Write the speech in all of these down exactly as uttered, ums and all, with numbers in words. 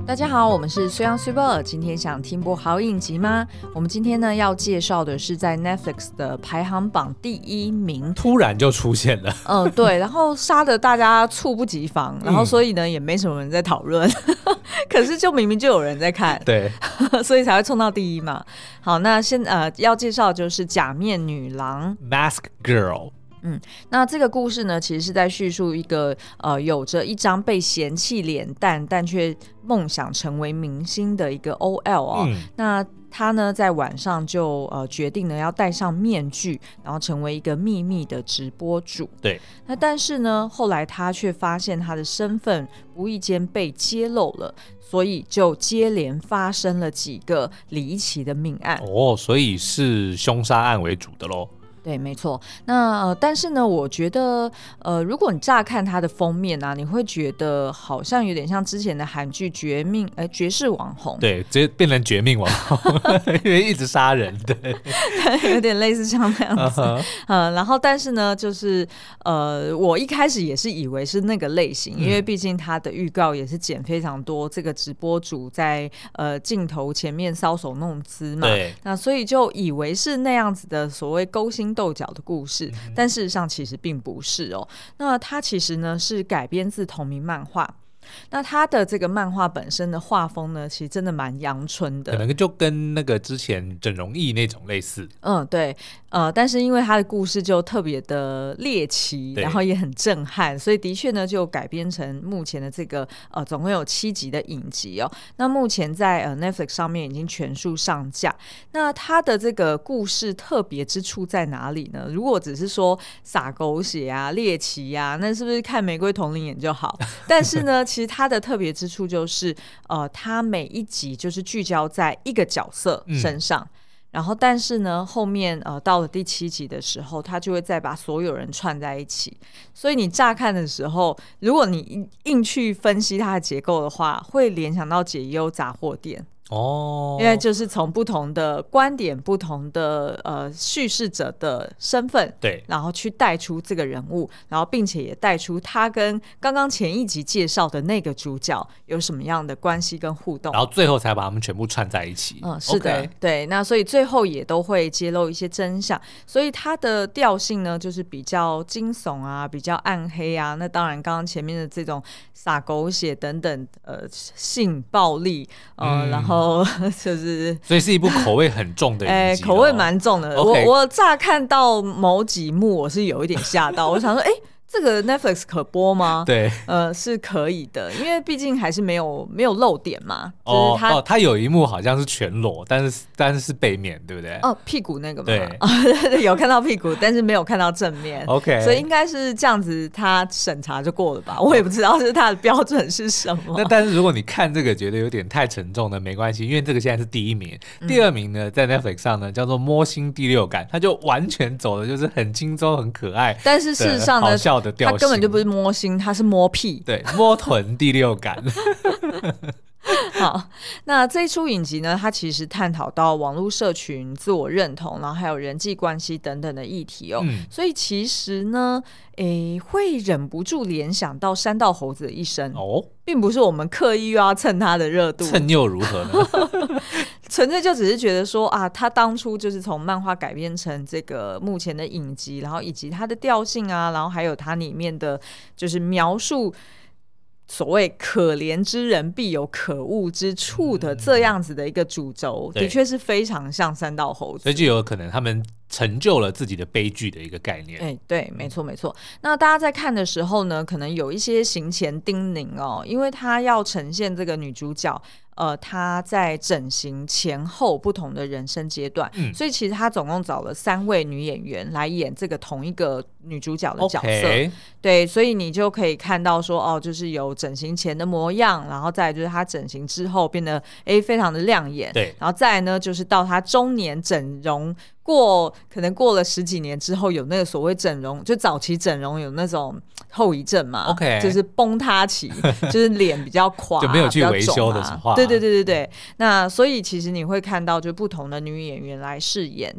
大家好，我们是虽阳虽波，今天想听部好影集吗？我们今天呢要介绍的是在 Netflix 的排行榜第一名， 突然就出现了。 嗯、呃，对，然后杀得大家猝不及防，然后所以呢、嗯、也没什么人在讨论，可是就明明就有人在看， 对， 所以才会冲到第一嘛。好，那先呃要介绍的就是假面女郎 Mask Girl。 嗯，那这个故事呢，其实是在叙述一个呃有着一张被嫌弃脸蛋，但却梦想成为明星的一个 O L 哦。嗯、那他呢，在晚上就呃决定呢要戴上面具，然后成为一个秘密的直播主。 对。 那但是呢，后来他却发现他的身份无意间被揭露了，所以就接连发生了几个离奇的命案。 哦，所以是凶杀案为主的咯。 对，没错。那呃，但是呢，我觉得呃，如果你乍看它的封面啊，你会觉得好像有点像之前的韩剧《绝命》呃，《绝世网红》。 对，直接变成绝命网红，因为一直杀人。对， 有点类似像那样子。Uh-huh. 呃，然后但是呢，就是呃，我一开始也是以为是那个类型，因为毕竟它的预告也是剪非常多这个直播主在呃镜头前面搔首弄姿嘛。 对。 那所以就以为是那样子的所谓勾心斗角的故事，但事实上其实并不是哦。那它其实呢是改编自同名漫画。那他的这个漫画本身的画风呢，其实真的蛮阳春的， 可能就跟那个之前整容艺那种类似。 嗯，对，呃，但是因为他的故事就特别的猎奇，然后也很震撼，所以的确呢就改编成目前的这个呃总共有七集的影集哦。那目前在呃 Netflix 上面已经全数上架。那他的这个故事特别之处在哪里呢？如果只是说撒狗血啊、猎奇啊，那是不是看《玫瑰瞳铃眼》就好？但是呢。其实它的特别之处就是，呃，它每一集就是聚焦在一个角色身上，嗯、然后但是呢，后面呃到了第七集的时候，它就会再把所有人串在一起。所以你乍看的时候，如果你硬去分析它的结构的话，会联想到解忧杂货店。哦，因为就是从不同的观点、不同的呃叙事者的身份， 对， 然后去带出这个人物，然后并且也带出他跟刚刚前一集介绍的那个主角有什么样的关系跟互动， 然后最后才把他们全部串在一起。 嗯，是的， okay. 对。那所以最后也都会揭露一些真相，所以它的调性呢，就是比较惊悚啊，比较暗黑啊。那当然，刚刚前面的这种撒狗血等等，呃，性暴力，呃，嗯、然后。就是， 所以是一部口味很重的影集、哦欸、 口味蛮重的。 Okay. 我我乍看到某几幕，我是有一点吓到，我想说，哎、欸。这个 Netflix 可播吗？ 对， 呃，是可以的，因为毕竟还是没有没有漏点嘛。 哦， 就是它哦，它有一幕好像是全裸，但是但是是背面，对不对？ 哦，屁股那个嘛， 对， 有看到屁股，但是没有看到正面。 OK， 所以应该是这样子，他审查就过了吧？我也不知道是他的标准是什么。 那但是如果你看这个觉得有点太沉重的，没关系，因为这个现在是第一名，嗯、第二名呢在 Netflix 上呢叫做《摸心第六感》，它就完全走的就是很轻松、很可爱， 但是事实上呢， 好笑的调性， 它根本就不是摸心，它是摸屁。 对，摸臀第六感。 好，那这一出影集呢，它其实探讨到网络社群、自我认同，然后还有人际关系等等的议题哦。嗯、所以其实呢，诶，会忍不住联想到山道猴子的一生哦，并不是我们刻意又要蹭他的热度， 蹭又如何呢？ 纯粹就只是觉得说啊，他当初就是从漫画改编成这个目前的影集，然后以及它的调性啊，然后还有它里面的就是描述。所谓可怜之人必有可恶之处的这样子的一个主轴、嗯、的确是非常像山道猴子， 所以就有可能他们成就了自己的悲剧的一个概念。 哎，对，没错没错。那大家在看的时候呢，可能有一些行前叮咛哦，因为他要呈现这个女主角呃，她在整形前后不同的人生阶段、嗯、所以其实她总共找了三位女演员来演这个同一个女主角的角色、okay. 对，所以你就可以看到说哦，就是有整形前的模样，然后再来就是她整形之后变得哎非常的亮眼， 对， 然后再来呢就是到她中年整容过可能过了十几年之后，有那个所谓整容，就早期整容有那种后遗症嘛 ，OK， 就是崩塌期，就是脸比较垮、啊， 就没有去维修的话， 对对对对对。那所以其实你会看到，就不同的女演员来饰演，就是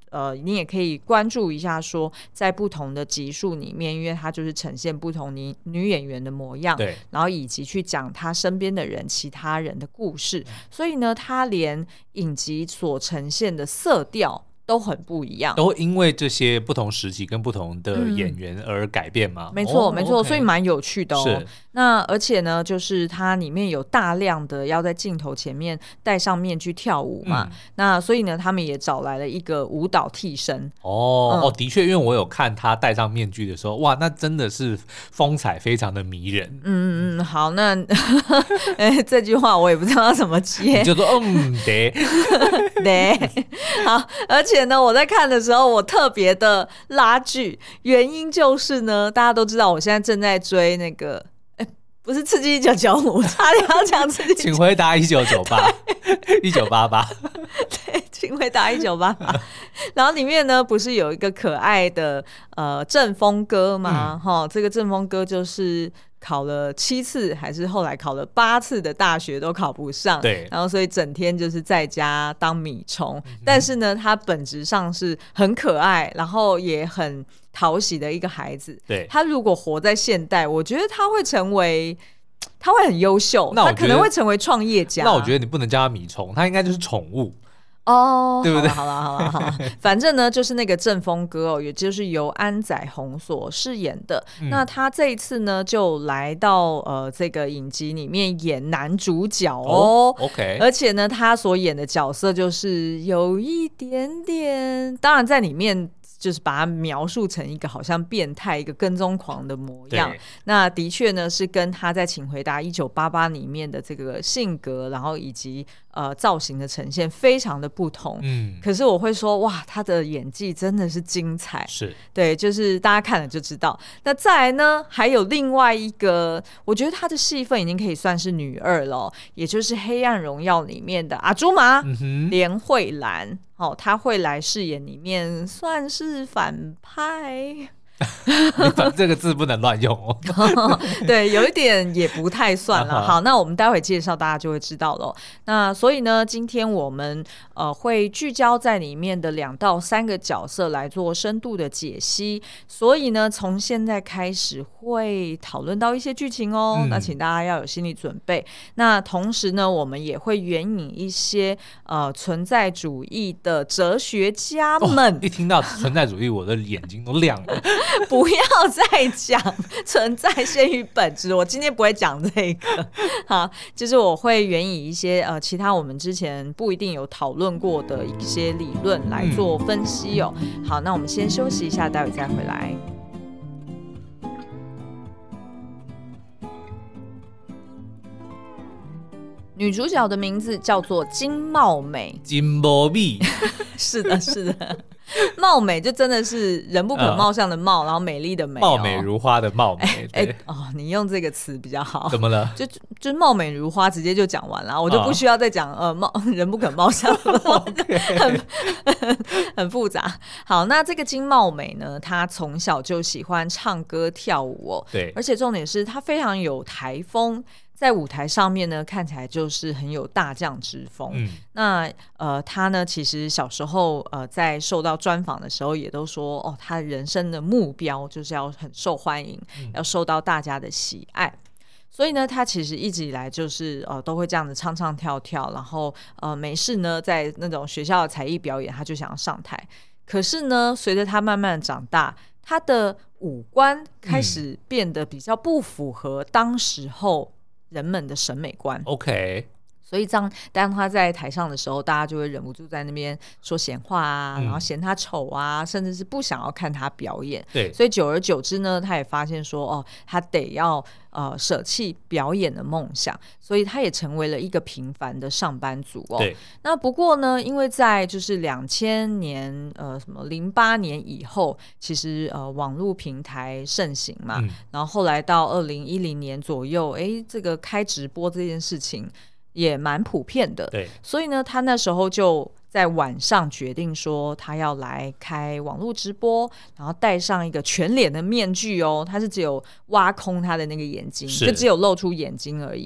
呃，你也可以关注一下说在不同的集数里面，因为它就是呈现不同女女演员的模样， 对， 然后以及去讲她身边的人其他人的故事，所以呢它连影集所呈现的色调都很不一样， 都因为这些不同时期跟不同的演员而改变吗？ 嗯、没错、 哦、 没错、 okay 所以蛮有趣的哦。 是， 那而且呢就是它里面有大量的要在镜头前面戴上面具跳舞嘛、嗯、那所以呢他们也找来了一个舞蹈替身。 哦、嗯、哦，的确，因为我有看他戴上面具的时候，哇，那真的是风采非常的迷人。 嗯嗯嗯，好，那哎这句话我也不知道怎么接， 你就说嗯对对，好，而且呢我在看的时候我特别的拉锯，原因就是呢大家都知道我现在正在追那个不是刺激一九九五，差点要讲刺激， 请回答一九九八，一九八八， 对，请回答一九八八。然后里面呢，不是有一个可爱的呃正风哥吗？哈、嗯，这个正风哥就是考了七次，还是后来考了八次的大学都考不上， 对， 然后所以整天就是在家当米虫。嗯、但是呢，他本质上是很可爱，然后也很讨喜的一个孩子。 对， 他如果活在现代，我觉得他会成为，他会很优秀，他可能会成为创业家。 那我觉得你不能叫他米虫，他应该就是宠物。 哦， 对不对？ 好了好了好了，反正呢，就是那个正风哥哦，也就是由安宰弘所饰演的。嗯、那他这一次呢，就来到呃这个影集里面演男主角哦。 哦 OK， 而且呢，他所演的角色就是有一点点，当然在里面就是把他描述成一个好像变态、一个跟踪狂的模样。那的确呢，是跟他在《请回答一九八八》里面的这个性格，然后以及呃造型的呈现非常的不同。嗯，可是我会说，哇，他的演技真的是精彩。 是， 对，就是大家看了就知道。那再来呢，还有另外一个，我觉得他的戏份已经可以算是女二了，也就是《黑暗荣耀》里面的阿朱玛、嗯、连慧兰。哦，他会来饰演里面算是反派。 你把这个字不能乱用哦。 对，有一点也不太算了。好，那我们待会介绍大家就会知道了。那所以呢，今天我们呃会聚焦在里面的两到三个角色来做深度的解析。所以呢，从现在开始会讨论到一些剧情哦、嗯，那请大家要有心理准备。那同时呢，我们也会援引一些呃存在主义的哲学家们。 哦、一听到存在主义，我的眼睛都亮了。 不要再讲存在先于本质，我今天不会讲这个。好，就是我会援引一些呃其他我们之前不一定有讨论过的一些理论来做分析哦。嗯、好，那我们先休息一下，待会再回来。女主角的名字叫做金茂美， 金茂美， 是的，是的，貌美就真的是人不可貌相的貌、嗯，然后美丽的美、哦， 貌美如花的貌美。哎、欸欸、 哦，你用这个词比较好。 怎么了？ 就就貌美如花，直接就讲完了，我就不需要再讲、哦、呃貌人不可貌相的貌，很很复杂。好，那这个金茂美呢，她从小就喜欢唱歌跳舞哦， 对， 而且重点是她非常有台风。在舞台上面呢，看起来就是很有大将之风。嗯、那呃，他呢，其实小时候呃，在受到专访的时候，也都说哦，他人生的目标就是要很受欢迎，嗯、要受到大家的喜爱。所以呢，他其实一直以来就是呃，都会这样子唱唱跳跳，然后呃，没事呢，在那种学校的才艺表演，他就想要上台。可是呢，随着他慢慢的长大，他的五官开始变得比较不符合当时候人们的审美观。 OK， 所以当当他在台上的时候，大家就会忍不住在那边说闲话啊、嗯、然后嫌他丑啊，甚至是不想要看他表演。 对， 所以久而久之呢，他也发现说哦，他得要呃舍弃表演的梦想，所以他也成为了一个平凡的上班族哦。 对， 那不过呢，因为在就是两千年呃什么零八年以后，其实呃网络平台盛行嘛、嗯、然后后来到二零一零年左右，哎，这个开直播这件事情也蛮普遍的。 对， 所以呢，他那时候就在晚上决定说他要来开网络直播，然后戴上一个全脸的面具哦，他是只有挖空他的那个眼睛，就只有露出眼睛而已。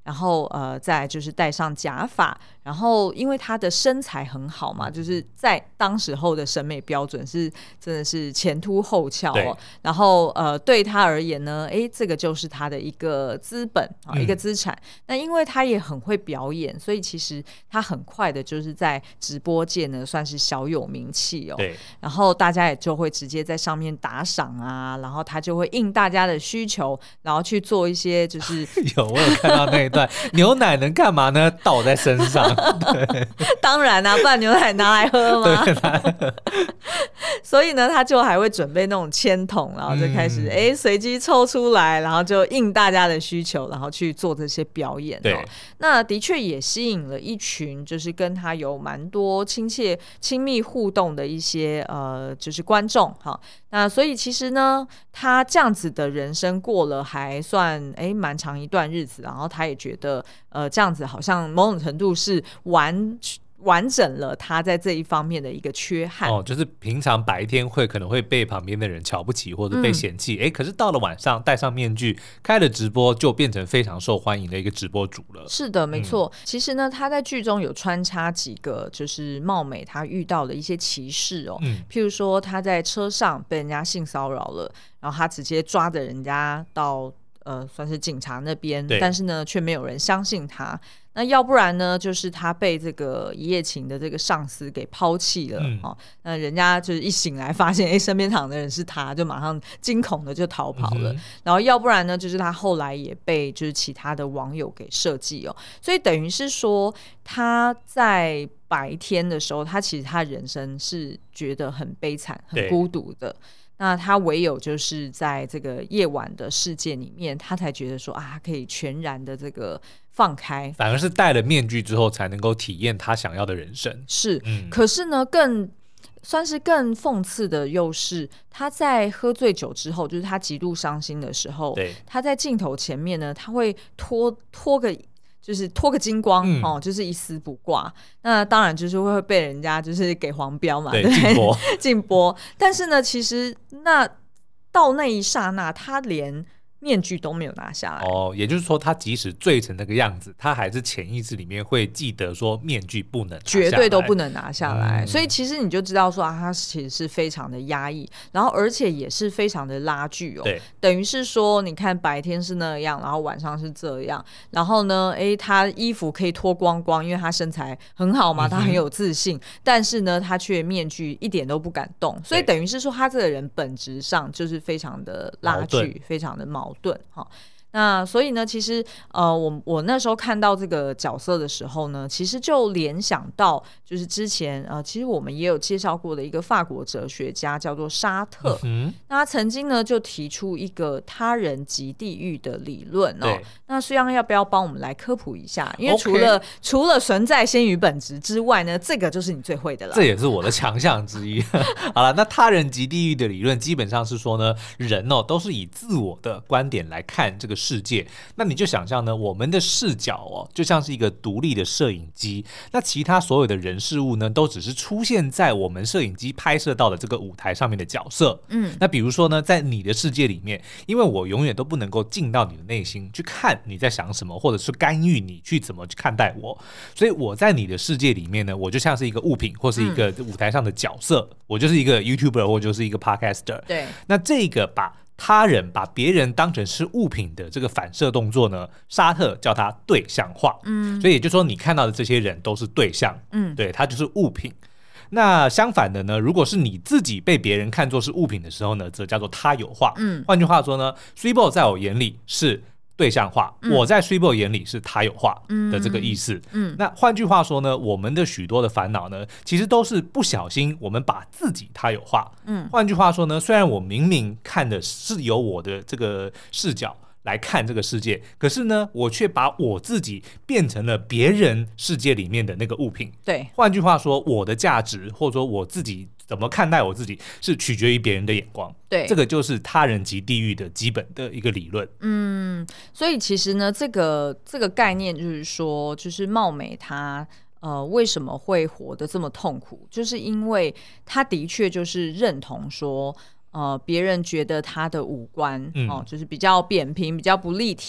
然后呃，再来就是戴上假发，然后因为他的身材很好嘛，就是在当时候的审美标准是真的是前凸后翘哦。然后呃，对他而言呢，哎，这个就是他的一个资本啊、嗯，一个资产。那因为他也很会表演，所以其实他很快的就是在直播界呢算是小有名气哦。 对。 然后大家也就会直接在上面打赏啊，然后他就会应大家的需求，然后去做一些就是有我有看到那一段牛奶能干嘛呢？倒在身上。对， 当然啊，不然牛奶拿来喝吗？对，所以呢，他就还会准备那种签筒，然后就开始哎、嗯、随机抽出来，然后就应大家的需求，然后去做这些表演、哦。 对， 那的确也吸引了一群就是跟他有蛮多亲切亲密互动的一些呃就是观众哈。那所以其实呢，他这样子的人生过了还算哎蛮长一段日子，然后他也觉得呃这样子好像某种程度是完完整了他在这一方面的一个缺憾哦，就是平常白天会可能会被旁边的人瞧不起或者被嫌弃，哎、嗯，可是到了晚上戴上面具开了直播，就变成非常受欢迎的一个直播主了。 是的，没错、嗯。其实呢，他在剧中有穿插几个就是貌美他遇到的一些歧视哦，嗯、譬如说他在车上被人家性骚扰了，然后他直接抓着人家到呃算是警察那边，但是呢却没有人相信他。那要不然呢，就是他被这个一夜情的这个上司给抛弃了、嗯哦、那人家就是一醒来发现哎，身边躺的人是他，就马上惊恐的就逃跑了、嗯、然后要不然呢，就是他后来也被就是其他的网友给设计哦，所以等于是说他在白天的时候，他其实他人生是觉得很悲惨很孤独的，那他唯有就是在这个夜晚的世界里面，他才觉得说啊，他可以全然的这个放开， 反而是戴了面具之后才能够体验他想要的人生。 是、嗯、可是呢更算是更讽刺的又是他在喝醉酒之后，就是他极度伤心的时候， 对， 他在镜头前面呢，他会脱脱个就是脱个精光、嗯哦、就是一丝不挂，那当然就是会被人家就是给黄标嘛， 对，禁播禁播。但是呢，其实那到那一刹那，他连面具都没有拿下来哦，也就是说他即使醉成那个样子，他还是潜意识里面会记得说面具不能拿下来， 绝对都不能拿下来、嗯、所以其实你就知道说啊，他其实是非常的压抑，然后而且也是非常的拉锯哦。 对， 等于是说你看白天是那样，然后晚上是这样，然后呢哎，他衣服可以脱光光，因为他身材很好嘛，他很有自信、嗯、但是呢他却面具一点都不敢动，所以等于是说他这个人本质上就是非常的拉锯，非常的矛盾盾哈。那所以呢，其实呃，我我那时候看到这个角色的时候呢，其实就联想到就是之前呃，其实我们也有介绍过的一个法国哲学家叫做沙特，嗯、那他曾经呢就提出一个他人即地狱的理论哦。那苏央要不要帮我们来科普一下？因为除了、okay. 除了存在先于本质之外呢，这个就是你最会的了， 这也是我的强项之一。好了，那他人即地狱的理论基本上是说呢，人哦都是以自我的观点来看这个世界，那你就想象呢，我们的视角哦，就像是一个独立的摄影机，那其他所有的人事物呢，都只是出现在我们摄影机拍摄到的这个舞台上面的角色。嗯，那比如说呢，在你的世界里面，因为我永远都不能够进到你的内心去看你在想什么，或者是干预你去怎么去看待我，所以我在你的世界里面呢，我就像是一个物品，或是一个舞台上的角色，嗯、我就是一个 YouTuber 或就是一个 Podcaster。 对， 那这个把他人把别人当成是物品的这个反射动作呢，沙特叫它对象化。嗯，所以也就是说你看到的这些人都是对象，嗯，对，它就是物品。那相反的呢，如果是你自己被别人看作是物品的时候呢，则叫做他有化。嗯，换句话说呢 Swibo 在我眼里是对象化，嗯、我在 Swibo 眼里是他有化的这个意思。嗯，那换句话说呢，我们的许多的烦恼呢，其实都是不小心我们把自己他有化。嗯，换句话说呢，虽然我明明看的是由我的这个视角来看这个世界，可是呢，我却把我自己变成了别人世界里面的那个物品。 对， 换句话说，我的价值或者说我自己怎么看待我自己，是取决于别人的眼光。 对， 这个就是他人即地狱的基本的一个理论。 嗯，所以其实呢，这个这个概念就是说，就是貌美他呃为什么会活得这么痛苦，就是因为他的确就是认同说。呃，别人觉得他的五官、嗯哦、就是比较扁平比较不立体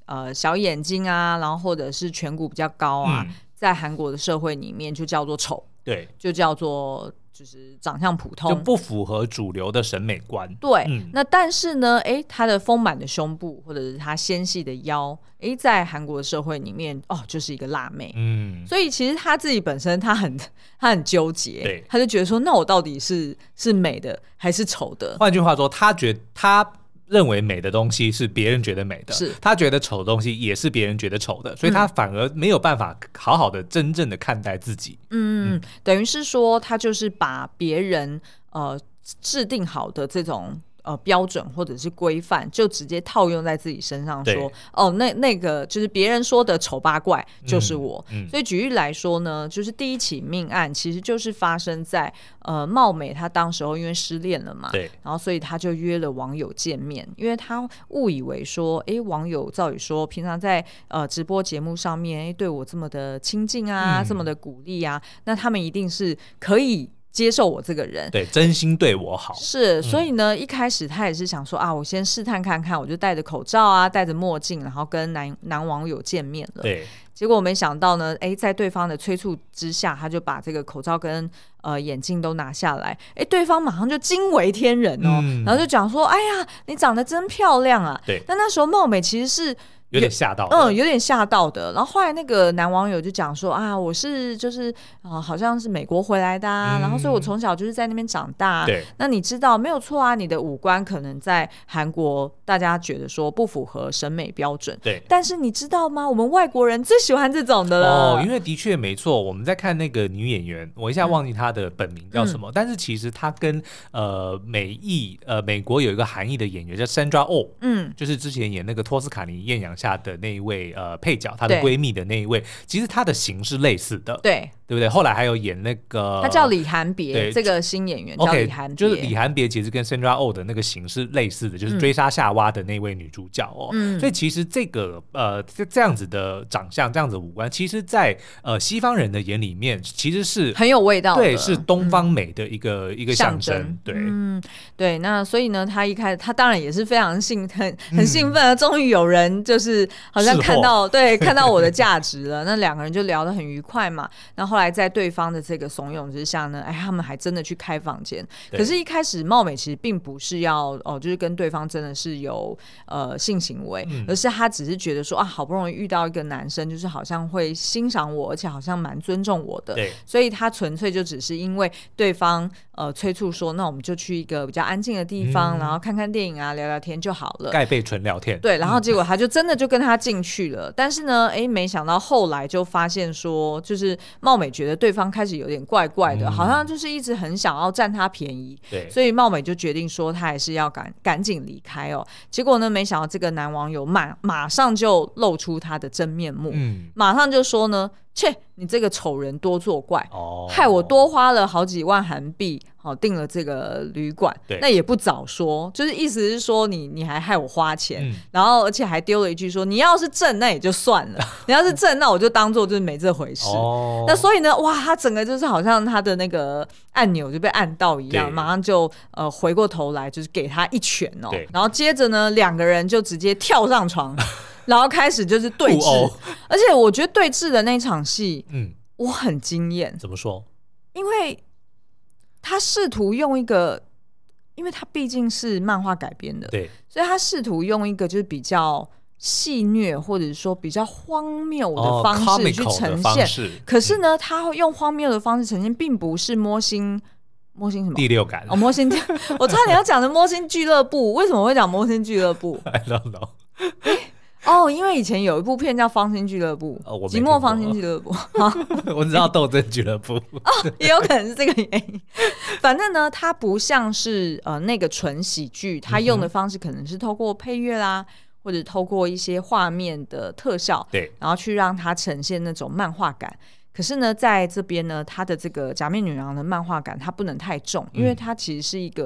呃小眼睛啊，然后或者是颧骨比较高啊，嗯、在韩国的社会里面就叫做丑， 对， 就叫做就是长相普通， 就不符合主流的审美观。 对，嗯、那但是呢，哎，他的丰满的胸部或者是他纤细的腰，哎，在韩国的社会里面，哦，就是一个辣妹。嗯，所以其实他自己本身他很他很纠结， 对， 他就觉得说，那我到底是是美的还是丑的？ 换句话说，他觉得他认为美的东西是别人觉得美的， 是他觉得丑的东西也是别人觉得丑的，所以他反而没有办法好好的真正的看待自己。 嗯，嗯等于是说他就是把别人呃制定好的这种呃标准或者是规范，就直接套用在自己身上说，哦，那那个就是别人说的丑八怪就是我。嗯嗯、所以举例来说呢，就是第一起命案其实就是发生在呃貌美她当时候因为失恋了嘛， 对， 然后所以她就约了网友见面，因为她误以为说，哎，网友照理说平常在呃直播节目上面，哎，对我这么的亲近啊，嗯、这么的鼓励啊，那他们一定是可以接受我这个人， 对，真心对我好， 是，所以呢，嗯、一开始他也是想说啊，我先试探看看，我就戴着口罩啊，戴着墨镜，然后跟男男网友见面了。 对， 结果没想到呢，哎，在对方的催促之下，他就把这个口罩跟呃眼镜都拿下来，哎，对方马上就惊为天人哦，嗯、然后就讲说，哎呀，你长得真漂亮啊。 对， 但那时候貌美其实是有点吓到， 嗯，有点吓到的。然后后来那个男网友就讲说啊，我是就是啊、呃，好像是美国回来的啊，嗯、然后所以我从小就是在那边长大。 对， 那你知道没有错啊，你的五官可能在韩国大家觉得说不符合审美标准。 对， 但是你知道吗？我们外国人最喜欢这种的了。 哦，因为的确没错，我们在看那个女演员，我一下忘记她的本名叫什么，嗯、但是其实她跟呃美裔呃美国有一个韩裔的演员叫 Sandra Oh， 嗯，就是之前演那个托斯卡尼艳阳下的那一位。呃，配角她的闺蜜的那一位，其实她的型是类似的， 对对不对？后来还有演那个， 她叫李韩别，这个新演员叫李韩别， okay, 就是李韩别，其实跟 Sandra Oh 的那个型是类似的，就是追杀夏娃的那位女主角哦。嗯、所以其实这个呃这样子的长相，这样子的五官，其实在呃西方人的眼里面，其实是很有味道的， 对，是东方美的一个、嗯、一个象征。对， 嗯，对。那所以呢，他一开始他当然也是非常兴很很兴奋啊，嗯、终于有人就是好像看到对看到我的价值了，那两个人就聊得很愉快嘛。那后来在对方的这个怂恿之下呢，哎，他们还真的去开房间。可是，一开始貌美其实并不是要哦，就是跟对方真的是有呃性行为，嗯、而是他只是觉得说啊，好不容易遇到一个男生，就是好像会欣赏我，而且好像蛮尊重我的， 对， 所以他纯粹就只是因为对方呃催促说，那我们就去一个比较安静的地方，嗯、然后看看电影啊，聊聊天就好了， 盖被纯聊天。 对，然后结果他就真的就跟他进去了，嗯、但是呢，哎，没想到后来就发现说，就是貌美觉得对方开始有点怪怪的，嗯、好像就是一直很想要占他便宜， 对， 所以貌美就决定说，他还是要赶赶紧离开哦。结果呢，没想到这个男网友马马上就露出他的真面目，嗯、马上就说呢，切，你这个丑人多作怪，哦、害我多花了好几万韩币，好订了这个旅馆，那也不早说，就是意思是说你你还害我花钱，嗯、然后而且还丢了一句说，你要是正那也就算了，你要是正那我就当做就是没这回事。哦、那所以呢，哇，他整个就是好像他的那个按钮就被按到一样，马上就呃回过头来就是给他一拳哦，然后接着呢两个人就直接跳上床。然后开始就是对峙，而且我觉得对峙的那场戏，嗯，我很惊艳。 怎么说？ 因为他试图用一个，因为他毕竟是漫画改编的， 对， 所以他试图用一个就是比较戏谑或者说比较荒谬的方式去呈现。 哦、 可是呢，嗯、他用荒谬的方式呈现，并不是摸心。摸心什么？ 第六感哦，摸心，我差点要讲的摸心俱乐部。为什么会讲摸心俱乐部 ？I don't know 哦，因为以前有一部片叫《芳心俱乐部》， 哦， 寂寞芳心俱乐部。 我知道斗争俱乐部， 哦，也有可能是这个原因。反正呢，它不像是呃那个纯喜剧，它用的方式可能是透过配乐啦，或者透过一些画面的特效， 对， 然后去让它呈现那种漫画感。可是呢，在这边呢，它的这个假面女郎的漫画感，它不能太重，因为它其实是一个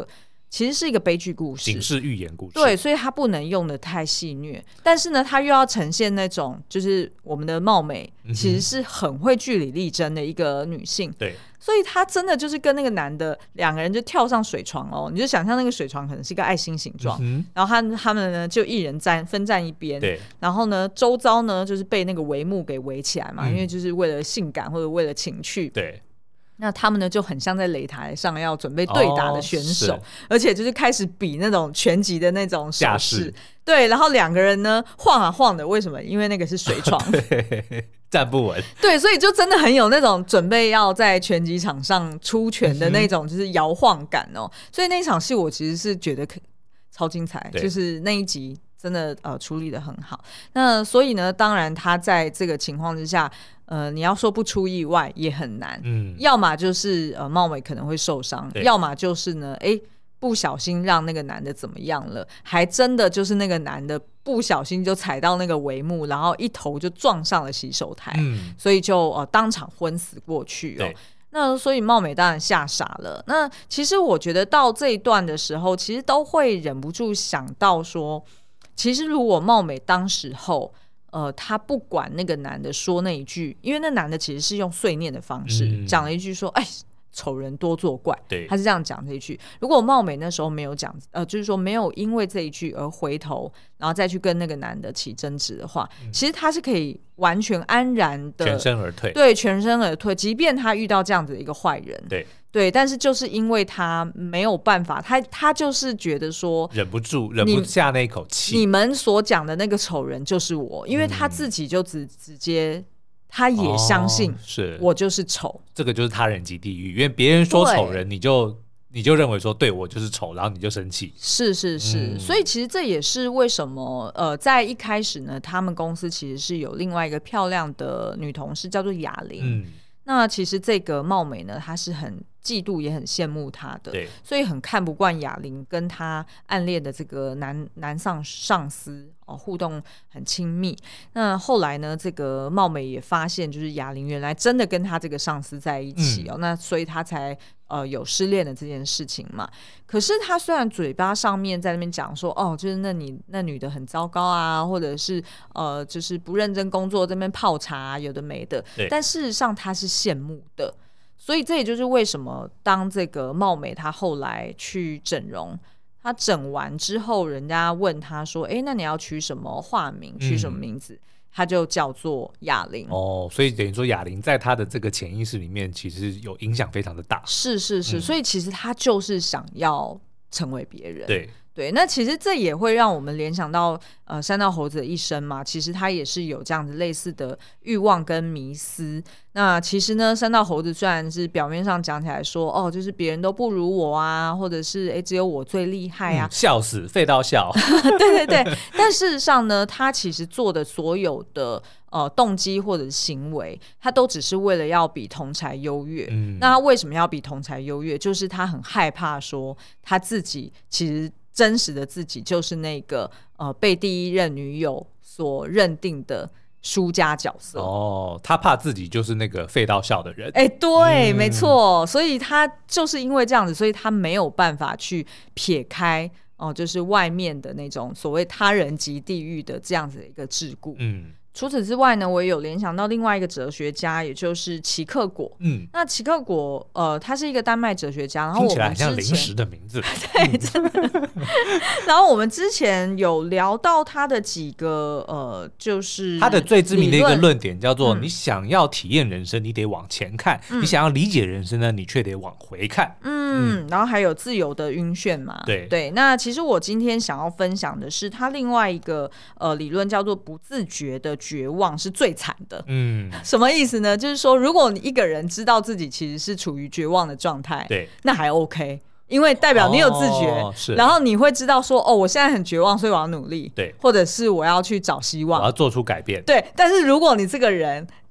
其实是一个悲剧故事， 警示寓言故事。 对，所以他不能用的太戏谑，但是呢，他又要呈现那种就是我们的貌美其实是很会据理力争的一个女性。 对。 所以他真的就是跟那个男的两个人就跳上水床哦，你就想象那个水床可能是一个爱心形状，嗯、然后他他们呢就一人站分站一边， 对， 然后呢周遭呢就是被那个帷幕给围起来嘛、嗯，因为就是为了性感或者为了情趣， 对。 那他们呢就很像在擂台上要准备对打的选手， 哦、 而且就是开始比那种拳击的那种手势， 对， 然后两个人呢晃啊晃的，为什么？因为那个是水床， 对，站不稳， 对，所以就真的很有那种准备要在拳击场上出拳的那种就是摇晃感哦。嗯、所以那一场戏我其实是觉得超精彩，就是那一集真的呃处理得很好。那所以呢，当然他在这个情况之下。呃，你要说不出意外也很难，嗯，要么就是呃貌美可能会受伤，要么就是呢，哎，不小心让那个男的怎么样了，还真的就是那个男的不小心就踩到那个帷幕，然后一头就撞上了洗手台，嗯，所以就呃当场昏死过去哦。那所以貌美当然吓傻了。那其实我觉得到这一段的时候，其实都会忍不住想到说，其实如果貌美当时候。呃，他不管那个男的说那一句，因为那男的其实是用碎念的方式讲、嗯、了一句说，哎，丑人多作怪， 对， 他是这样讲这一句。如果貌美那时候没有讲，呃，就是说没有因为这一句而回头，然后再去跟那个男的起争执的话，嗯、其实他是可以完全安然的全身而退， 对，全身而退。即便他遇到这样子的一个坏人， 对。 对，但是就是因为他没有办法，他他就是觉得说忍不住忍不下那一口气， 你们所讲的那个丑人就是我，因为他自己就直直接他也相信是我就是丑、哦、 这个就是他人即地狱，因为别人说丑人你就你就认为说对我就是丑，然后你就生气， 是是是、嗯、所以其实这也是为什么呃，在一开始呢，他们公司其实是有另外一个漂亮的女同事叫做雅玲、嗯，那其实这个貌美呢，她是很嫉妒也很羡慕她的， 对， 所以很看不惯雅玲跟她暗恋的这个男男上上司哦，互动很亲密。那后来呢，这个貌美也发现，就是雅玲原来真的跟她这个上司在一起哦，嗯、那所以她才呃有失恋的这件事情嘛。可是她虽然嘴巴上面在那边讲说，哦，就是那你那女的很糟糕啊，或者是呃就是不认真工作，这边泡茶、啊、有的没的，但事实上她是羡慕的。所以这也就是为什么当这个貌美她后来去整容，她整完之后人家问她说，哎，那你要取什么化名，取什么名字、嗯、她就叫做雅玲哦，所以等于说雅玲在她的这个潜意识里面其实有影响非常的大， 是是是、嗯、所以其实她就是想要成为别人， 对对，那其实这也会让我们联想到呃山道猴子的一生嘛，其实他也是有这样子类似的欲望跟迷思。那其实呢，山道猴子虽然是表面上讲起来说哦，就是别人都不如我啊，或者是哎只有我最厉害啊、 嗯、笑死废到笑对对对，但事实上呢，他其实做的所有的呃动机或者行为，他都只是为了要比同侪优越、嗯、那他为什么要比同侪优越？就是他很害怕说他自己其实真实的自己就是那个呃被第一任女友所认定的输家角色哦，他怕自己就是那个废到笑的人， 哎，对、嗯，没错，所以他就是因为这样子，所以他没有办法去撇开哦、呃，就是外面的那种所谓他人即地狱的这样子的一个桎梏，嗯。除此之外呢，我也有联想到另外一个哲学家，也就是齐克果。嗯，那齐克果，呃，他是一个丹麦哲学家，然后我们听起来很像零食的名字， 对，真的。然后我们之前有聊到他的几个，呃，就是他的最知名的一个论点叫做：你想要体验人生，你得往前看；嗯、你想要理解人生呢，你却得往回看。 嗯，嗯然后还有自由的晕眩嘛， 对对。那其实我今天想要分享的是他另外一个呃理论，叫做不自觉的绝望是最惨的。嗯，什么意思呢？就是说，如果你一个人知道自己其实是处于绝望的状态， 对， 那还 OK， 因为代表你有自觉， 哦、是， 然后你会知道说，哦，我现在很绝望，所以我要努力， 对， 或者是我要去找希望， 我要做出改变， 对。但是如果你这个人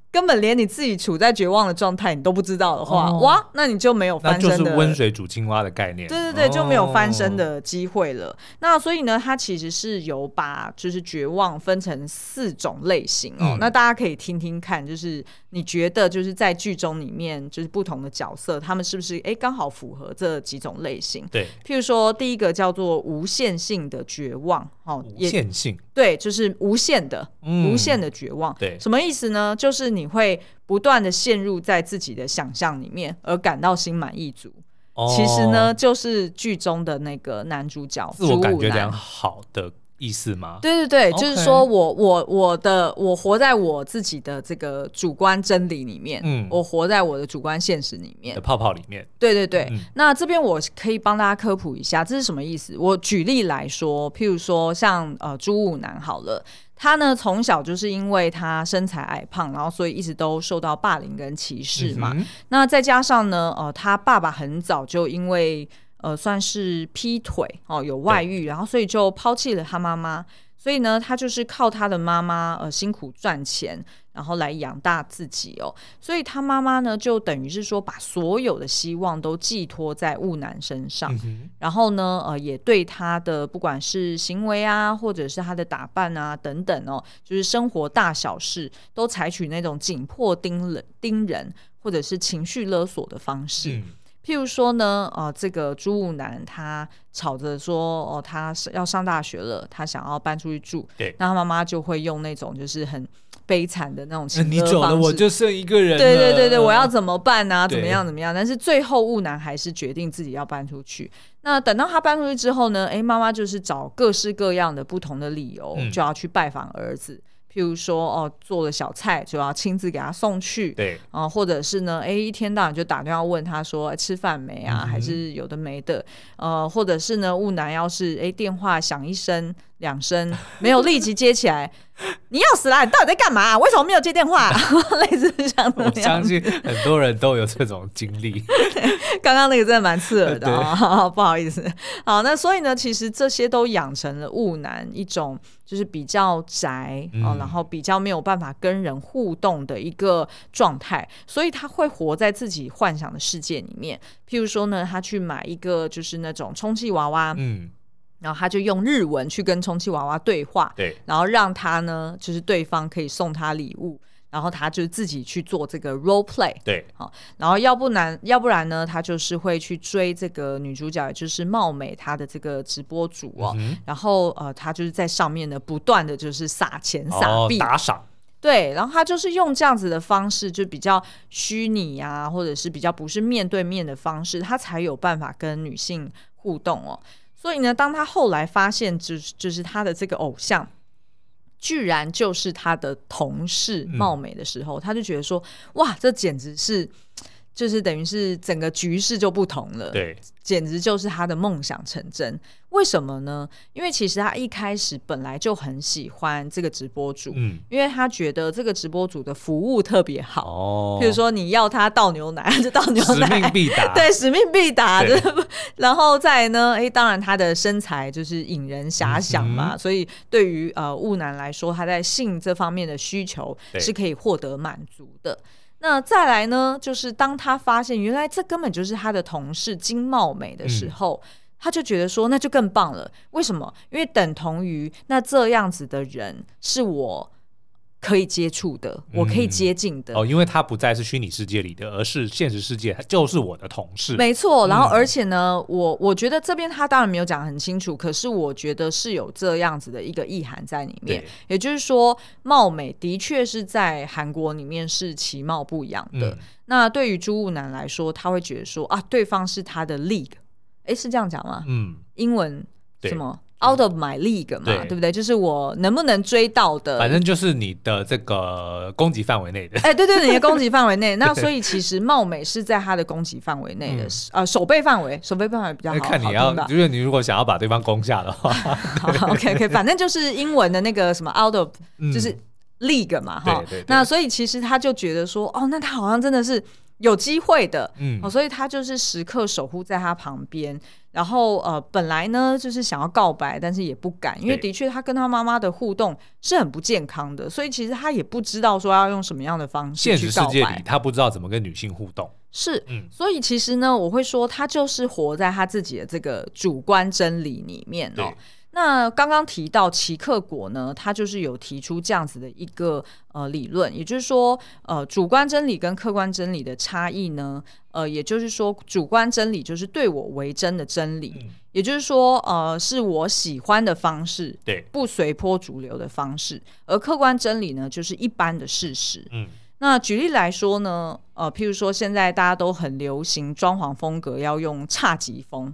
根本连你自己处在绝望的状态你都不知道的话、哦、哇那你就没有翻身的， 那就是温水煮青蛙的概念， 对对对、哦、就没有翻身的机会了。那所以呢它其实是有把就是绝望分成四种类型哦、嗯、那大家可以听听看，就是你觉得就是在剧中里面就是不同的角色他们是不是哎刚好符合这几种类型。 对， 譬如说第一个叫做无限性的绝望、哦、 无限性， 对，就是无限的、嗯、无限的绝望。 对， 什么意思呢？就是你会不断的陷入在自己的想象里面而感到心满意足、哦、其实呢就是剧中的那个男主角自我感觉良好的意思吗？ 对对对、okay. 就是说我我我的我活在我自己的这个主观真理里面、嗯、我活在我的主观现实里面的泡泡里面。 对对对、嗯、那这边我可以帮大家科普一下这是什么意思。我举例来说，譬如说像呃朱武男好了，他呢从小就是因为他身材矮胖，然后所以一直都受到霸凌跟歧视嘛、嗯、那再加上呢呃他爸爸很早就因为呃，算是劈腿哦，有外遇，然后所以就抛弃了他妈妈，所以呢，他就是靠他的妈妈呃辛苦赚钱，然后来养大自己哦。所以他妈妈呢，就等于是说把所有的希望都寄托在雾男身上，嗯、然后呢，呃，也对他的不管是行为啊，或者是他的打扮啊等等哦，就是生活大小事都采取那种紧迫盯人、盯人或者是情绪勒索的方式。嗯，譬如说呢，呃，这个朱武男他吵着说，哦，他要上大学了，他想要搬出去住， 对， 那他妈妈就会用那种就是很悲惨的那种情歌方式， 你走了我就剩一个人了， 对对对对，我要怎么办啊？怎么样怎么样？但是最后武男还是决定自己要搬出去。那等到他搬出去之后呢，哎，妈妈就是找各式各样的不同的理由，嗯、就要去拜访儿子。譬如说哦，做了小菜就要亲自给他送去， 对啊、呃，或者是呢，哎，一天到晚就打电话问他说、哎、吃饭没啊、嗯，还是有的没的，呃，或者是呢，雾男要是哎电话响一声两声没有立即接起来，你要死啦！你到底在干嘛？为什么没有接电话？类似像这样， 我相信很多人都有这种经历。 刚刚那个真的蛮刺耳的啊、哦，不好意思。好，那所以呢，其实这些都养成了雾男一种就是比较宅、嗯哦、然后比较没有办法跟人互动的一个状态，所以他会活在自己幻想的世界里面。譬如说呢，他去买一个就是那种充气娃娃，嗯。然后他就用日文去跟充气娃娃对话， 对， 然后让他呢，就是对方可以送他礼物，然后他就自己去做这个 role play， 对， 好，然后要不然要不然呢，他就是会去追这个女主角，也就是貌美她的这个直播主哦，嗯、然后呃，他就是在上面呢不断的就是撒钱撒币、 哦、打赏。 对，然后他就是用这样子的方式，就比较虚拟啊，或者是比较不是面对面的方式，他才有办法跟女性互动哦。所以呢，当他后来发现就，就是他的这个偶像居然就是他的同事貌美的时候、嗯、他就觉得说，哇，这简直是就是等于是整个局势就不同了， 对， 简直就是他的梦想成真。为什么呢？因为其实他一开始本来就很喜欢这个直播主、嗯、因为他觉得这个直播主的服务特别好、哦、比如说你要他倒牛奶就倒牛奶， 使命必达， 对，使命必达。然后再来呢，哎，当然他的身材就是引人遐想嘛、嗯、所以对于呃雾男来说，他在性这方面的需求是可以获得满足的。那再来呢，就是当他发现原来这根本就是他的同事金茂美的时候、嗯、他就觉得说那就更棒了。为什么？因为等同于那这样子的人是我可以接触的、嗯、我可以接近的、 哦、因为他不再是虚拟世界里的，而是现实世界就是我的同事。 没错，然后而且呢、嗯、我我觉得这边他当然没有讲很清楚，可是我觉得是有这样子的一个意涵在里面，也就是说貌美的确是在韩国里面是其貌不扬的、嗯、那对于朱雾男来说，他会觉得说啊，对方是他的 league， 哎，是这样讲吗？嗯，英文什么out of my league 嘛， 对, 对不对？就是我能不能追到的， 反正就是你的这个攻击范围内的。 哎，对对，你的攻击范围内。那所以其实貌美是在他的攻击范围内的、嗯，呃，守备范围，守备范围比较好。 看你要，就是你如果想要把对方攻下的话， 好 ，OK OK， 反正就是英文的那个什么 out of，、嗯、就是 league 嘛，哈。那所以其实他就觉得说，哦，那他好像真的是有机会的， 嗯、 哦，所以他就是时刻守护在他旁边。然后呃，本来呢就是想要告白，但是也不敢，因为的确他跟他妈妈的互动是很不健康的，所以其实他也不知道说要用什么样的方式去告白。 现实世界里，他不知道怎么跟女性互动。 是， 嗯， 所以其实呢，我会说他就是活在他自己的这个主观真理里面哦。那刚刚提到齐克果呢，他就是有提出这样子的一个呃理论，也就是说，呃，主观真理跟客观真理的差异呢，呃，也就是说，主观真理就是对我为真的真理，嗯、也就是说，呃，是我喜欢的方式， 对， 不随波逐流的方式，而客观真理呢，就是一般的事实， 嗯。 那举例来说呢，呃，譬如说现在大家都很流行装潢风格要用侘寂风。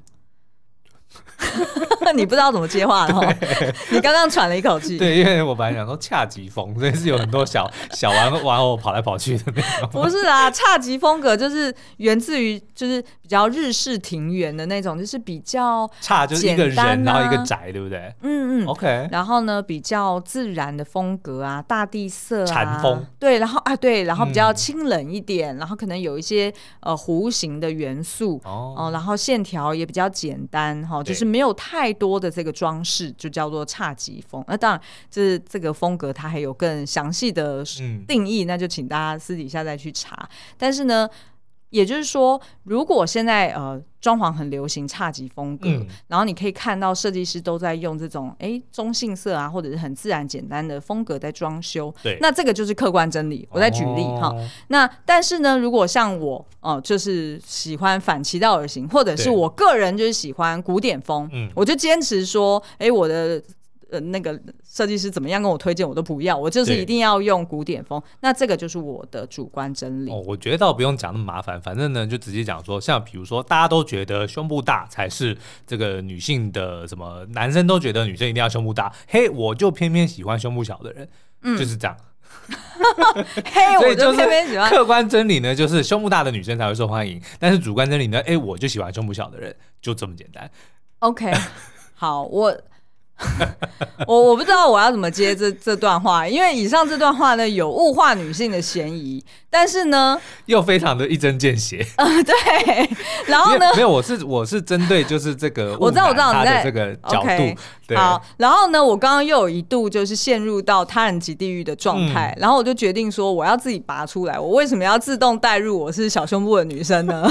你不知道怎么接话了，你刚刚喘了一口气。 对，因为我本来想说侘寂风，所以是有很多小小玩玩偶跑来跑去的那种。 不是啊，侘寂风格就是源自于就是比较日式庭园的那种，就是比较侘就是一个人，然后一个宅，对不对？ 嗯嗯 ，OK。 然后呢，比较自然的风格啊，大地色啊， 禅风。 对，然后啊对，然后比较清冷一点，嗯、然后可能有一些呃弧形的元素哦、呃，然后线条也比较简单哈。就是没有太多的这个装饰，就叫做侘寂风。那当然，就是这个风格它还有更详细的定义，嗯、那就请大家私底下再去查。但是呢，也就是说，如果现在呃装潢很流行侘寂风格，嗯、然后你可以看到设计师都在用这种哎中性色啊，或者是很自然简单的风格在装修， 对， 那这个就是客观真理。我再举例哈、哦，那但是呢，如果像我哦、呃，就是喜欢反其道而行，或者是我个人就是喜欢古典风，嗯、我就坚持说，哎，我的。呃，那个设计师怎么样跟我推荐我都不要，我就是一定要用古典风。那这个就是我的主观真理。 哦，我觉得倒不用讲那么麻烦，反正呢就直接讲说，像比如说大家都觉得胸部大才是这个女性的什么，男生都觉得女生一定要胸部大，嘿，我就偏偏喜欢胸部小的人，嗯、就是这样。 嘿，我就偏偏喜欢。 客观真理呢，就是胸部大的女生才会受欢迎，但是主观真理呢，哎，我就喜欢胸部小的人，就这么简单。 OK， 好，我。我我不知道我要怎么接这这段话，因为以上这段话呢有物化女性的嫌疑，但是呢又非常的一针见血。 呃，对，然后呢， 没有，我是我是针对就是这个我知道我知道他的这个角度。 Okay, 对， 好，然后呢，我刚刚又有一度就是陷入到他人即地狱的状态，嗯、然后我就决定说我要自己拔出来，我为什么要自动带入我是小胸部的女生呢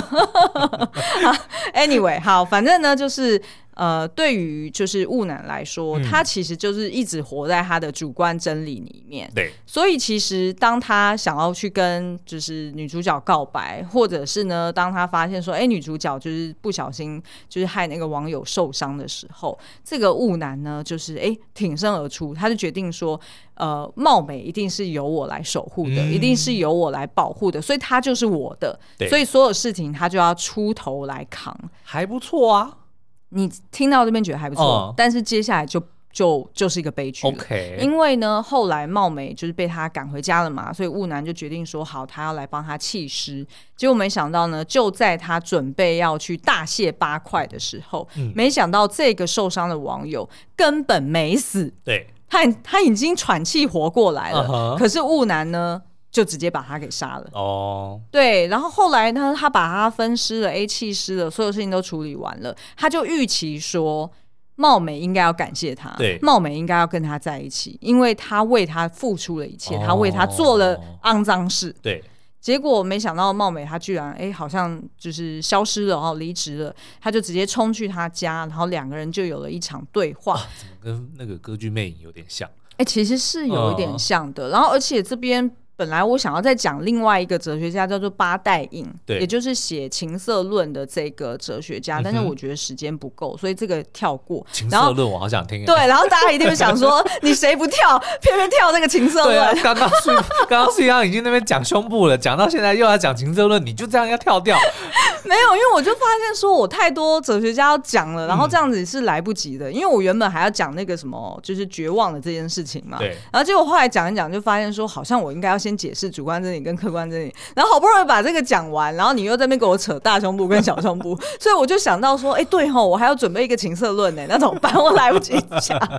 ？Anyway， 好，反正呢就是。呃，对于就是雾男来说，嗯、他其实就是一直活在他的主观真理里面。 对， 所以其实当他想要去跟就是女主角告白，或者是呢，当他发现说，哎，女主角就是不小心就是害那个网友受伤的时候，这个雾男呢，就是哎挺身而出，他就决定说，呃，貌美一定是由我来守护的，嗯、一定是由我来保护的，所以他就是我的，所以所有事情他就要出头来扛， 还不错啊。 你听到这边觉得还不错，哦、但是接下来就就就是一个悲剧了。 Okay. 因为呢，后来貌美就是被他赶回家了嘛，所以雾男就决定说好，他要来帮他弃尸。结果没想到呢，就在他准备要去大卸八块的时候，嗯、没想到这个受伤的网友根本没死， 对， 他他已经喘气活过来了。Uh-huh. 可是雾男呢？就直接把他给杀了哦， oh. 对，然后后来呢，他把他分尸了 A 弃尸了，所有事情都处理完了，他就预期说貌美应该要感谢他， 对， 貌美应该要跟他在一起，因为他为他付出了一切， oh. 他为他做了肮脏事， 对， 结果没想到貌美他居然哎好像就是消失了，然后离职了，他就直接冲去他家，然后两个人就有了一场对话， 啊、怎么跟那个歌剧魅影有点像？ 哎，其实是有一点像的，oh. 然后而且这边。本来我想要再讲另外一个哲学家叫做八代隐，也就是写情色论的这个哲学家，嗯、但是我觉得时间不够，所以这个跳过。 情色论我好想听。 对，然后大家一定会想说，你谁不跳，偏偏跳这个情色论？ 对啊，刚刚是刚刚是一样已经那边讲胸部了，讲到现在又要讲情色论，你就这样要跳掉？ 没有，因为我就发现说我太多哲学家要讲了，然后这样子是来不及的，因为我原本还要讲那个什么，就是绝望的这件事情嘛。 对。 然后结果后来讲一讲，就发现说，好像我应该要先解释主观真理跟客观真理，然后好不容易把这个讲完，然后你又在那边给我扯大胸部跟小胸部，所以我就想到说，哎、欸，对吼，我还要准备一个情色论呢，那怎么办？我来不及讲。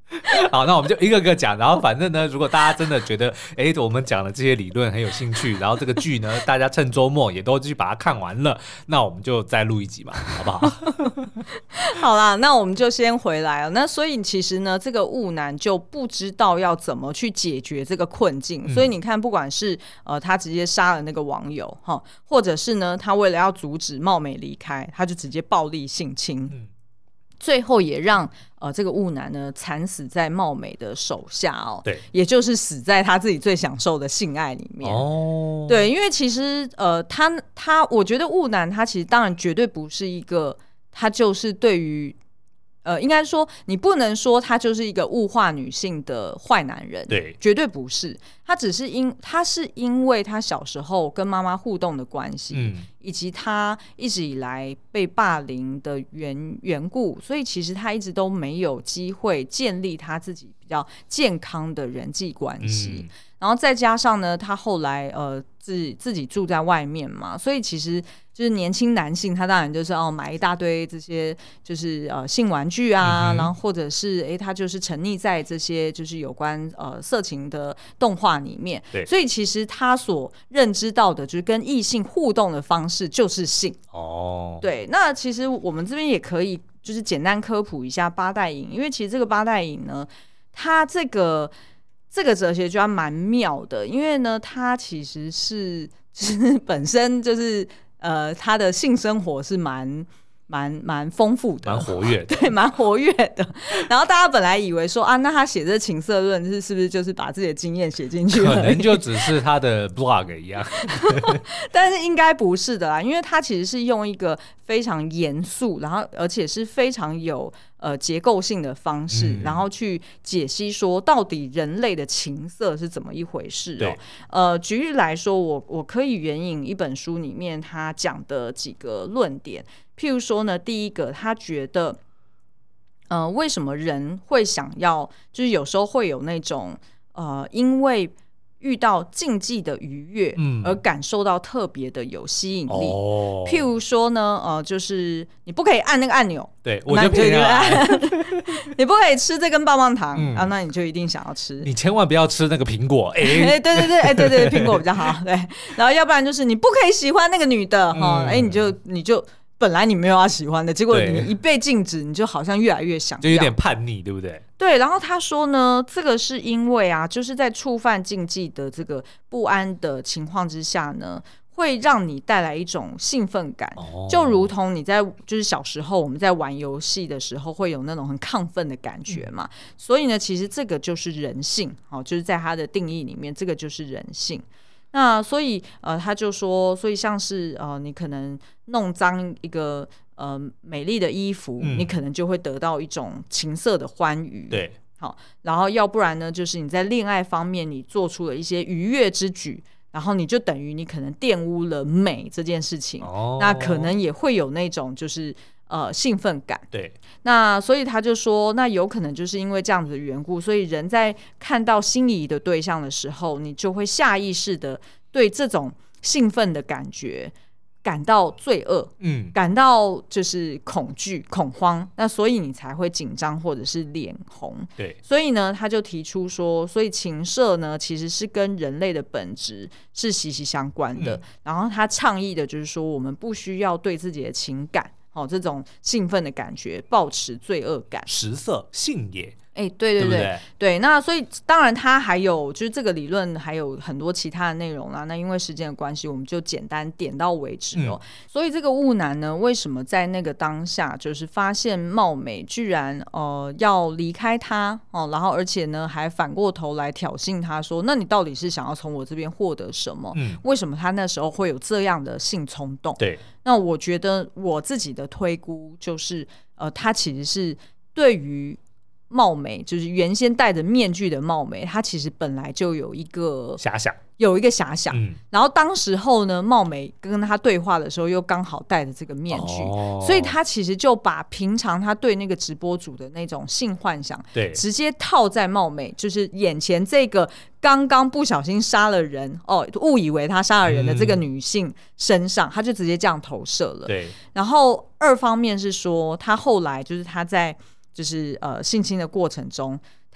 好，那我们就一个个讲，然后反正呢，如果大家真的觉得哎，我们讲的这些理论很有兴趣，然后这个剧呢，大家趁周末也都去把它看完了，那我们就再录一集嘛，好不好？ 好啦，那我们就先回来了。那所以其实呢，这个雾男就不知道要怎么去解决这个困境，嗯、所以你看，不管是呃他直接杀了那个网友哈，或者是呢他为了要阻止貌美离开，他就直接暴力性侵。嗯，最后也让呃这个雾男呢惨死在貌美的手下哦， 对， 也就是死在他自己最享受的性爱里面哦。对，因为其实呃他他，我觉得雾男他其实当然绝对不是一个，他就是对于呃应该说你不能说他就是一个物化女性的坏男人， 对， 绝对不是。他只是因他是因为他小时候跟妈妈互动的关系，嗯，以及他一直以来被霸凌的缘缘故，所以其实他一直都没有机会建立他自己比较健康的人际关系。嗯，然后再加上呢，他后来呃自己自己住在外面嘛，所以其实就是年轻男性，他当然就是哦买一大堆这些就是呃性玩具啊，嗯、然后或者是哎他就是沉溺在这些就是有关呃色情的动画里面，所以其实他所认知到的就是跟异性互动的方式就是性哦。对，那其实我们这边也可以就是简单科普一下八代瘾，因为其实这个八代瘾呢，它这个这个哲学就蛮妙的，因为呢，它其实是就是本身就是呃，他的性生活是蛮。蛮蛮丰富的， 蛮活跃的， 对，蛮活跃的。然后大家本来以为说啊，那他写这情色论是是不是就是把自己的经验写进去了？ 可能就只是他的 blog 一样， 但是应该不是的啦，因为他其实是用一个非常严肃，然后而且是非常有呃结构性的方式，嗯、然后去解析说到底人类的情色是怎么一回事哦。呃，举例来说，我我可以援引一本书里面他讲的几个论点。譬如说呢，第一个，他觉得，呃，为什么人会想要，就是有时候会有那种，呃，因为遇到禁忌的愉悦，而感受到特别的有吸引力。哦、譬如说呢，呃，就是你不可以按那个按钮， 对，我就不可以按， 你不可以吃这根棒棒糖、嗯、啊，那你就一定想要吃。 你千万不要吃那个苹果，哎、欸欸，对对对，哎、欸，对对，苹果比较好，对。然后要不然就是你不可以喜欢那个女的，哈、嗯，哎、欸，你就你就。本来你没有要喜欢的，结果你一被禁止，你就好像越来越想要， 就有点叛逆，对不对？ 对。然后他说呢，这个是因为啊，就是在触犯禁忌的这个不安的情况之下呢，会让你带来一种兴奋感，哦、就如同你在就是小时候我们在玩游戏的时候会有那种很亢奋的感觉嘛。嗯、所以呢，其实这个就是人性，哦，就是在他的定义里面，这个就是人性。那所以呃，他就说，所以像是呃，你可能弄脏一个呃美丽的衣服，嗯、你可能就会得到一种情色的欢愉。 对， 好，然后要不然呢，就是你在恋爱方面你做出了一些愉悦之举，然后你就等于你可能玷污了美这件事情，哦、那可能也会有那种就是呃兴奋感。 对， 那所以他就说，那有可能就是因为这样子的缘故，所以人在看到心仪的对象的时候，你就会下意识的对这种兴奋的感觉感到罪恶，嗯，感到就是恐惧、恐慌，那所以你才会紧张或者是脸红。 对， 所以呢，他就提出说，所以情色呢其实是跟人类的本质是息息相关的。嗯、然后他倡议的就是说，我们不需要对自己的情感。哦，这种兴奋的感觉，抱持罪恶感， 食色性也。 哎、欸，对对 对, 对, 对, 对，那所以当然它还有就是这个理论还有很多其他的内容啦。那因为时间的关系，我们就简单点到为止哦。嗯、所以这个雾男呢，为什么在那个当下就是发现貌美居然呃要离开他哦，然后而且呢还反过头来挑衅他说，那你到底是想要从我这边获得什么？嗯、为什么他那时候会有这样的性冲动？ 对， 那我觉得我自己的推估就是呃，他其实是对于貌美，就是原先戴着面具的貌美，她其实本来就有一个遐想， 有一个遐想。 嗯、 然后当时候呢，貌美跟她对话的时候，又刚好戴着这个面具，哦、所以她其实就把平常她对那个直播主的那种性幻想， 对， 直接套在貌美，就是眼前这个刚刚不小心杀了人哦，误以为她杀了人的这个女性身上，她、嗯、就直接这样投射了。 对， 然后二方面是说，她后来就是她在。就是呃性侵的过程中，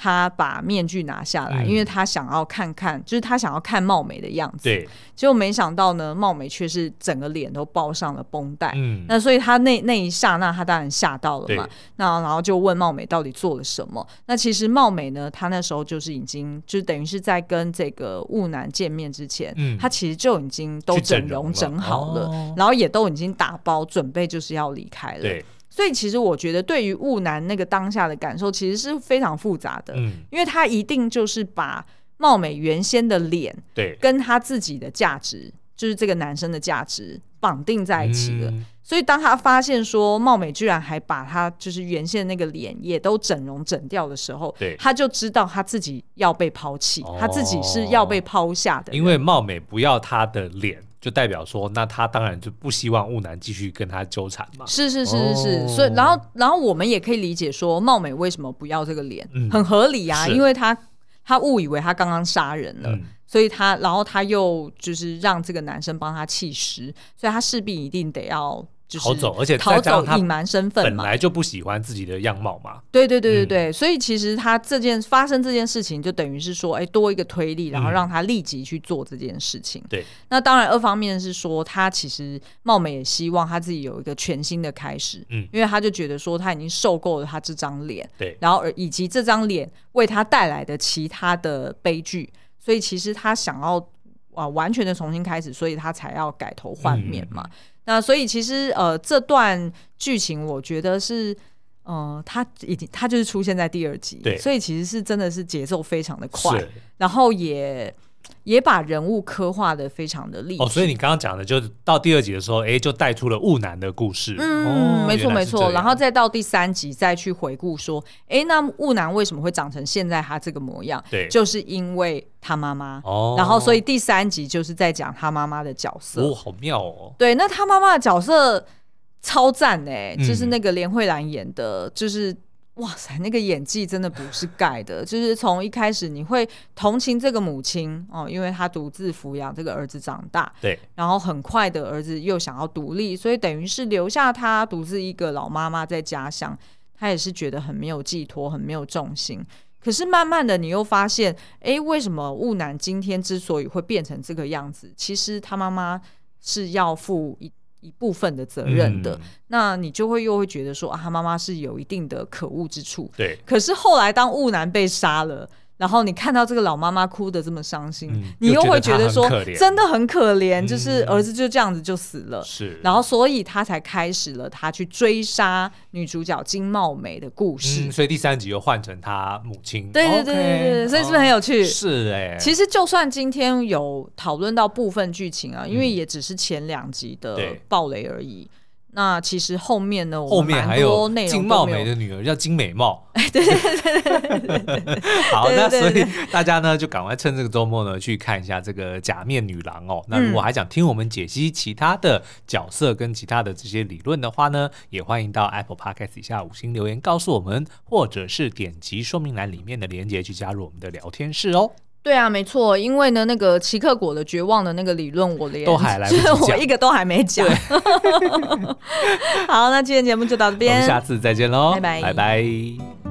他把面具拿下来、嗯、因为他想要看看，就是他想要看貌美的样子， 对， 结果没想到呢，貌美却是整个脸都包上了绷带、 嗯、 那所以他那那一刹那他当然吓到了嘛，那然后就问貌美到底做了什么。那其实貌美呢，他那时候就是已经就是等于是在跟这个雾男见面之前、嗯、他其实就已经都整容整好了、哦、然后也都已经打包准备就是要离开了。 对， 所以其实我觉得对于雾男那个当下的感受其实是非常复杂的、 嗯、 因为他一定就是把貌美原先的脸对跟他自己的价值，就是这个男生的价值绑定在一起了、嗯、所以当他发现说貌美居然还把他就是原先那个脸也都整容整掉的时候， 对， 他就知道他自己要被抛弃、哦、他自己是要被抛下的。 因为貌美不要他的脸，就代表说那他当然就不希望雾男继续跟他纠缠嘛。 是是是是是、哦、所以然后然后我们也可以理解说貌美为什么不要这个脸、嗯、很合理啊，因为他他误以为他刚刚杀人了、嗯，所以他然后他又就是让这个男生帮他弃尸，所以他势必一定得要就是逃走，而且逃走隐瞒身份嘛， 本来就不喜欢自己的样貌嘛。 对对对对对、嗯、所以其实他这件发生这件事情就等于是说，哎，多一个推力，然后让他立即去做这件事情、嗯、对。那当然二方面是说他其实貌美也希望他自己有一个全新的开始，嗯，因为他就觉得说他已经受够了他这张脸，对，然后以及这张脸为他带来的其他的悲剧，所以其实他想要啊完全的重新开始，所以他才要改头换面嘛、嗯、那所以其实呃这段剧情我觉得是呃他已经他就是出现在第二集，对，所以其实是真的是节奏非常的快，然后也也把人物刻画的非常的立体。 哦，所以你刚刚讲的就是到第二集的时候，哎，就带出了雾男的故事。 嗯，哦、没错没错。然后再到第三集再去回顾说，哎，那雾男为什么会长成现在他这个模样？对，就是因为他妈妈。哦。然后所以第三集就是在讲他妈妈的角色。 哦，好妙哦。 对，那他妈妈的角色超赞哎、嗯，就是那个连慧兰演的，就是。哇塞，那个演技真的不是盖的，就是从一开始你会同情这个母亲哦，因为她独自抚养这个儿子长大，对，然后很快的儿子又想要独立，所以等于是留下她独自一个老妈妈在家乡，她也是觉得很没有寄托，很没有重心。可是慢慢的你又发现，哎，为什么雾男今天之所以会变成这个样子，其实他妈妈是要负一一部分的责任的、嗯、那你就会又会觉得说啊，他妈妈是有一定的可恶之处，对。可是后来当雾男被杀了，然后你看到这个老妈妈哭得这么伤心、嗯、你又会觉得说真的很可怜、嗯、就是儿子就这样子就死了，是。然后所以他才开始了他去追杀女主角金茂美的故事、 嗯、所以第三集又换成他母亲， 对对对对对、okay, 所以是不是很有趣、哦、 是哎、欸。 其实就算今天有讨论到部分剧情啊、嗯、因为也只是前两集的爆雷而已，那其实后面呢， 后面还有金茂美的女儿叫金美貌， 对对对对对对。 好，那所以大家呢就赶快趁这个周末呢去看一下这个假面女郎哦。那如果还想听我们解析其他的角色跟其他的这些理论的话呢，也欢迎到 Apple Podcast 底下五星留言告诉我们，或者是点击说明栏里面的连结去加入我们的聊天室哦。 对啊，没错，因为呢，那个齐克果的绝望的那个理论，我连都还来不及讲， 我一个都还没讲。好，那今天节目就到这边， 我们下次再见喽， 拜拜， 拜拜。